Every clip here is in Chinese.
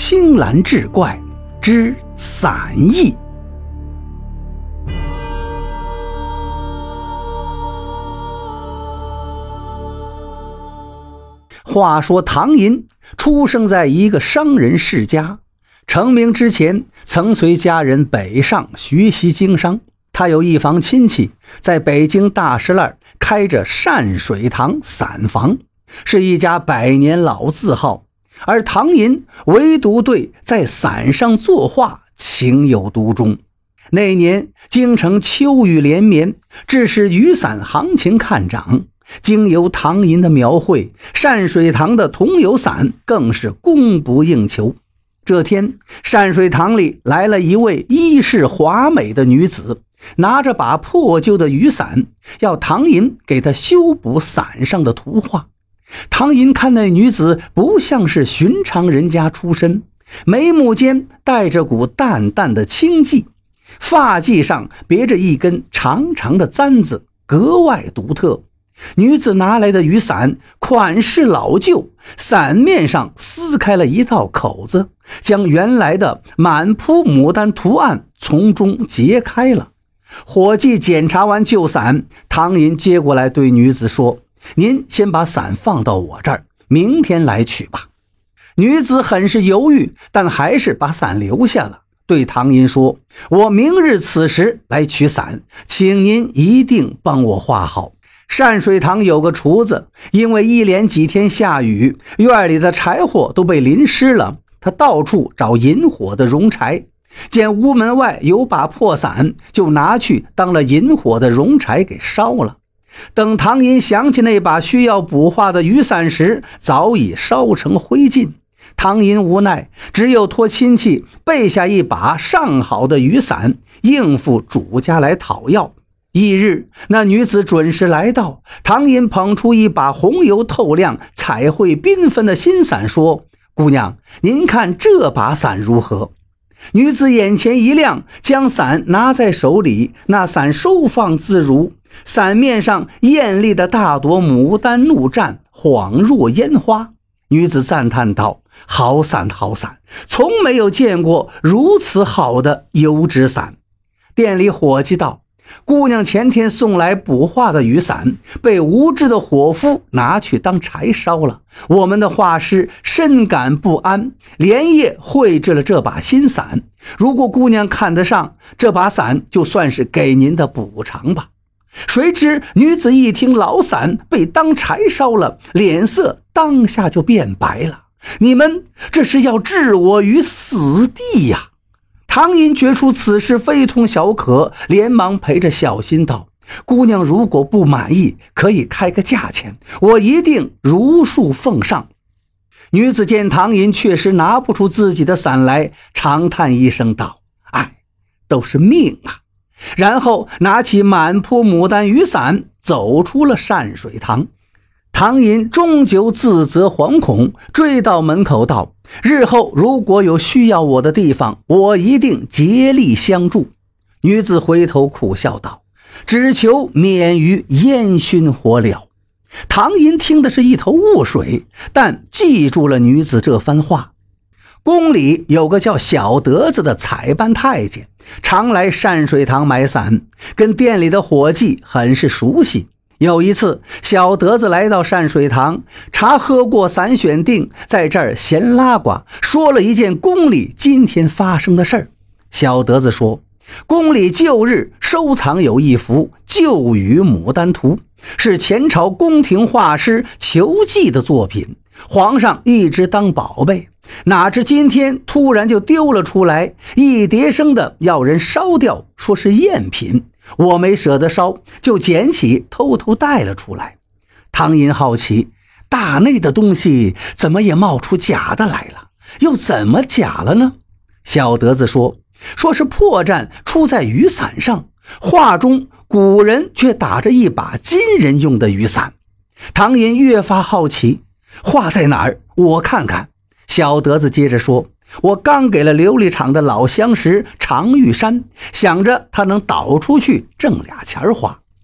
青蓝志怪之散佚。话说唐寅出生在一个商人世家，成名之前曾随家人北上学习经商。他有一房亲戚在北京大石栏开着善水堂散房，是一家100年老字号，而唐寅唯独对在伞上作画情有独钟。那年京城秋雨连绵，致使雨伞行情看涨，经由唐寅的描绘，善水堂的桐油伞更是供不应求。这天，善水堂里来了一位衣饰华美的女子，拿着把破旧的雨伞，要唐寅给她修补伞上的图画。唐寅看那女子不像是寻常人家出身，眉目间带着股淡淡的清寂，发髻上别着一根长长的簪子，格外独特。女子拿来的雨伞款式老旧，伞面上撕开了一道口子，将原来的满铺牡丹图案从中截开了。伙计检查完旧伞，唐寅接过来对女子说：“您先把伞放到我这儿，明天来取吧。”女子很是犹豫，但还是把伞留下了，对唐寅说：“我明日此时来取伞，请您一定帮我画好。”善水堂有个厨子，因为一连几天下雨，院里的柴火都被淋湿了，他到处找引火的绒柴，见屋门外有把破伞，就拿去当了引火的绒柴给烧了。等唐寅想起那把需要补画的雨伞时，早已烧成灰烬。唐寅无奈，只有托亲戚备下一把上好的雨伞，应付主家来讨要。翌日，那女子准时来到，唐寅捧出一把红油透亮、彩绘缤纷的新伞，说：“姑娘，您看这把伞如何？”女子眼前一亮，将伞拿在手里，那伞收放自如，伞面上艳丽的大朵牡丹怒绽，恍若烟花。女子赞叹道：“好伞好伞，从没有见过如此好的油纸伞。”店里伙计道：“姑娘前天送来补画的雨伞，被无知的伙夫拿去当柴烧了。我们的画师深感不安，连夜绘制了这把新伞。如果姑娘看得上，这把伞就算是给您的补偿吧。”谁知女子一听老伞被当柴烧了，脸色当下就变白了。“你们这是要置我于死地呀！”唐寅觉出此事非同小可，连忙陪着小心道：“姑娘如果不满意，可以开个价钱，我一定如数奉上。”女子见唐寅确实拿不出自己的伞来，长叹一声道：“哎，都是命啊！”然后拿起满铺牡丹雨伞，走出了善水堂。唐寅终究自责惶恐，追到门口道：“日后如果有需要我的地方，我一定竭力相助。”女子回头苦笑道：“只求免于烟熏火燎。”唐寅听的是一头雾水，但记住了女子这番话。宫里有个叫小德子的采办太监，常来善水堂买伞，跟店里的伙计很是熟悉。有一次，小德子来到善水堂，茶喝过，伞选定，在这儿闲拉呱，说了一件宫里今天发生的事儿。小德子说，宫里旧日收藏有一幅旧雨牡丹图，是前朝宫廷画师裘记的作品，皇上一直当宝贝，哪知今天突然就丢了出来，一叠声的要人烧掉，说是赝品。我没舍得烧，就捡起偷偷带了出来。唐寅好奇，大内的东西怎么也冒出假的来了，又怎么假了呢？小德子说是破绽出在雨伞上，画中古人却打着一把金人用的雨伞。唐寅越发好奇，画在哪儿？我看看。小德子接着说，我刚给了琉璃厂的老相识常玉山，想着他能倒出去挣俩钱花。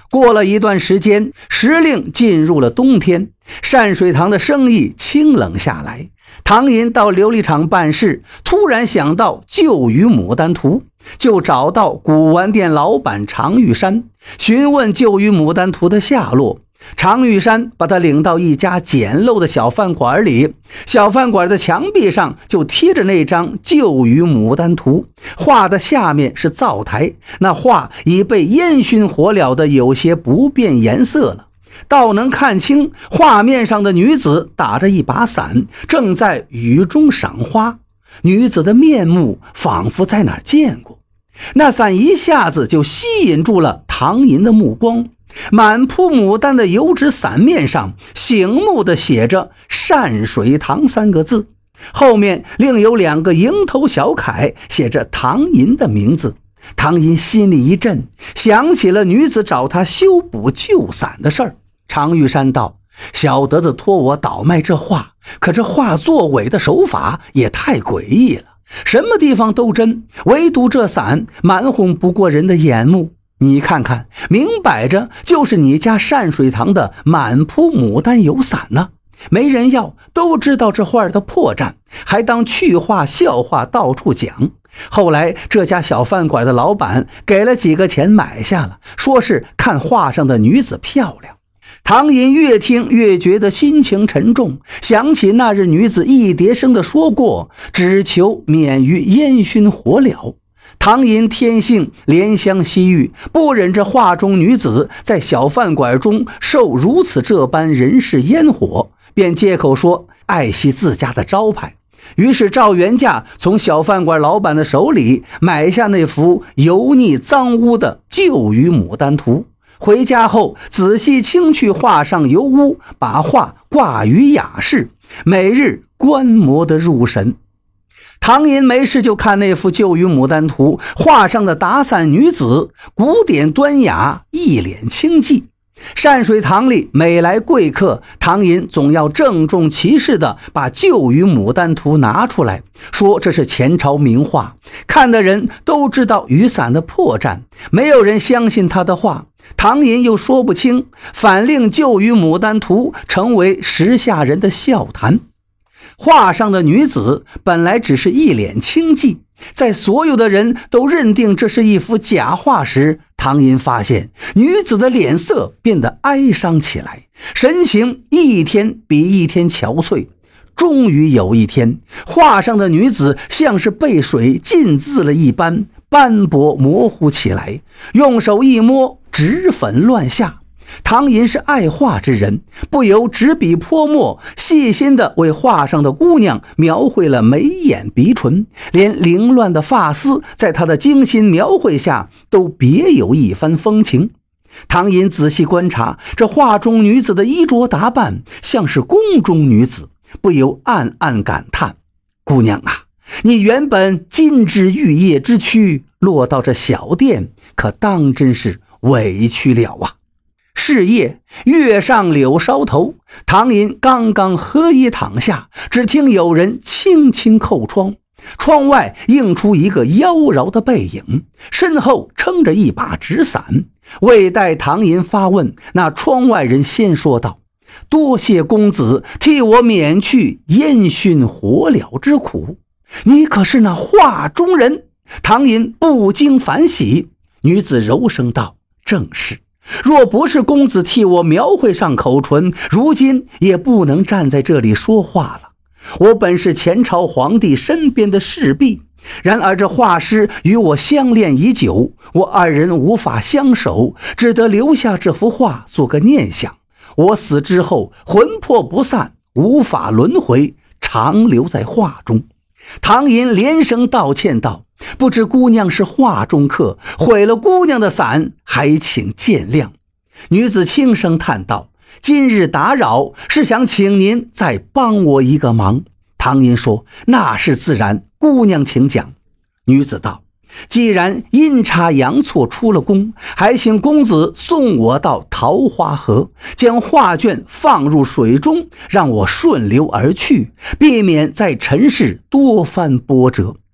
过了一段时间，时令进入了冬天，善水堂的生意清冷下来。唐寅到琉璃厂办事，突然想到旧鱼牡丹图，就找到古玩店老板常玉山，询问旧鱼牡丹图的下落。常玉山把他领到一家简陋的小饭馆里，小饭馆的墙壁上就贴着那张旧鱼牡丹图，画的下面是灶台，那画已被烟熏火燎的有些不变颜色了，倒能看清画面上的女子打着一把伞，正在雨中赏花。女子的面目仿佛在哪儿见过，那伞一下子就吸引住了唐寅的目光。满铺牡丹的油纸伞面上醒目地写着善水堂3个字，后面另有2个蝇头小楷写着唐寅的名字。唐寅心里一震，想起了女子找他修补旧伞的事儿。常玉山道：小德子托我倒卖这画，可这画作伪的手法也太诡异了，什么地方都真，唯独这伞蛮哄不过人的眼目。你看看，明摆着就是你家善水堂的满铺牡丹油伞呢，没人要，都知道这画的破绽，还当趣话笑话到处讲。后来这家小饭馆的老板给了几个钱买下了，说是看画上的女子漂亮。唐寅越听越觉得心情沉重，想起那日女子一叠声地说过，只求免于烟熏火燎。唐寅天性怜香惜玉，不忍着画中女子在小饭馆中受如此这般人世烟火，便借口说爱惜自家的招牌，于是照原价从小饭馆老板的手里买下那幅油腻脏污的旧鱼牡丹图。回家后仔细清去画上油污，把画挂于雅室，每日观摩得入神。唐寅没事就看那幅旧鱼牡丹图，画上的打伞女子古典端雅，一脸清寂。善水堂里每来贵客，唐寅总要郑重其事地把旧鱼牡丹图拿出来，说这是前朝名画，看的人都知道雨伞的破绽，没有人相信他的话。唐寅又说不清，反令旧鱼牡丹图成为时下人的笑谈。画上的女子本来只是一脸清寂，在所有的人都认定这是一幅假画时，唐寅发现女子的脸色变得哀伤起来，神情一天比一天憔悴。终于有一天，画上的女子像是被水浸渍了一般，斑驳模糊起来，用手一摸，纸粉乱下。唐寅是爱画之人，不由执笔泼墨，细心地为画上的姑娘描绘了眉眼鼻唇，连凌乱的发丝在他的精心描绘下都别有一番风情。唐寅仔细观察这画中女子的衣着打扮，像是宫中女子，不由暗暗感叹：姑娘啊，你原本金枝玉叶之躯，落到这小店，可当真是委屈了啊。是夜，月上柳梢头，唐寅刚刚合衣躺下，只听有人轻轻叩窗，窗外映出一个妖娆的背影，身后撑着一把纸伞。未待唐寅发问，那窗外人先说道：多谢公子替我免去烟熏火燎之苦。你可是那画中人？唐寅不禁反喜。女子柔声道：正是。若不是公子替我描绘上口唇，如今也不能站在这里说话了。我本是前朝皇帝身边的侍婢，然而这画师与我相恋已久，我2人无法相守，只得留下这幅画做个念想。我死之后魂魄不散，无法轮回，常留在画中。唐寅连声道歉道：不知姑娘是画中客，毁了姑娘的伞，还请见谅。女子轻声叹道：今日打扰，是想请您再帮我一个忙。唐寅说：那是自然，姑娘请讲。女子道：既然阴差阳错出了宫，还请公子送我到桃花河，将画卷放入水中，让我顺流而去，避免在尘世多番波折。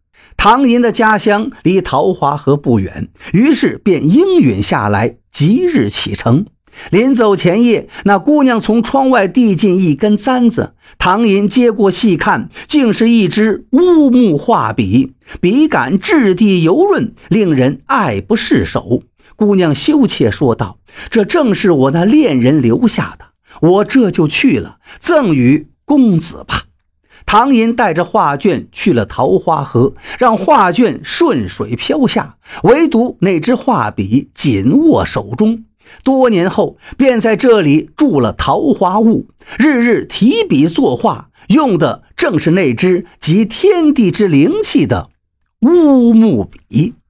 唐寅的家乡离桃花河不远，于是便应允下来，即日启程。临走前夜，那姑娘从窗外递进一根簪子，唐寅接过细看，竟是一支乌木画笔，笔杆质地油润，令人爱不释手。姑娘羞怯说道：“这正是我那恋人留下的，我这就去了，赠与公子吧。”唐寅带着画卷去了桃花河，让画卷顺水飘下，唯独那支画笔紧握手中。多年后，便在这里筑了桃花坞，日日提笔作画，用的正是那支集天地之灵气的乌木笔。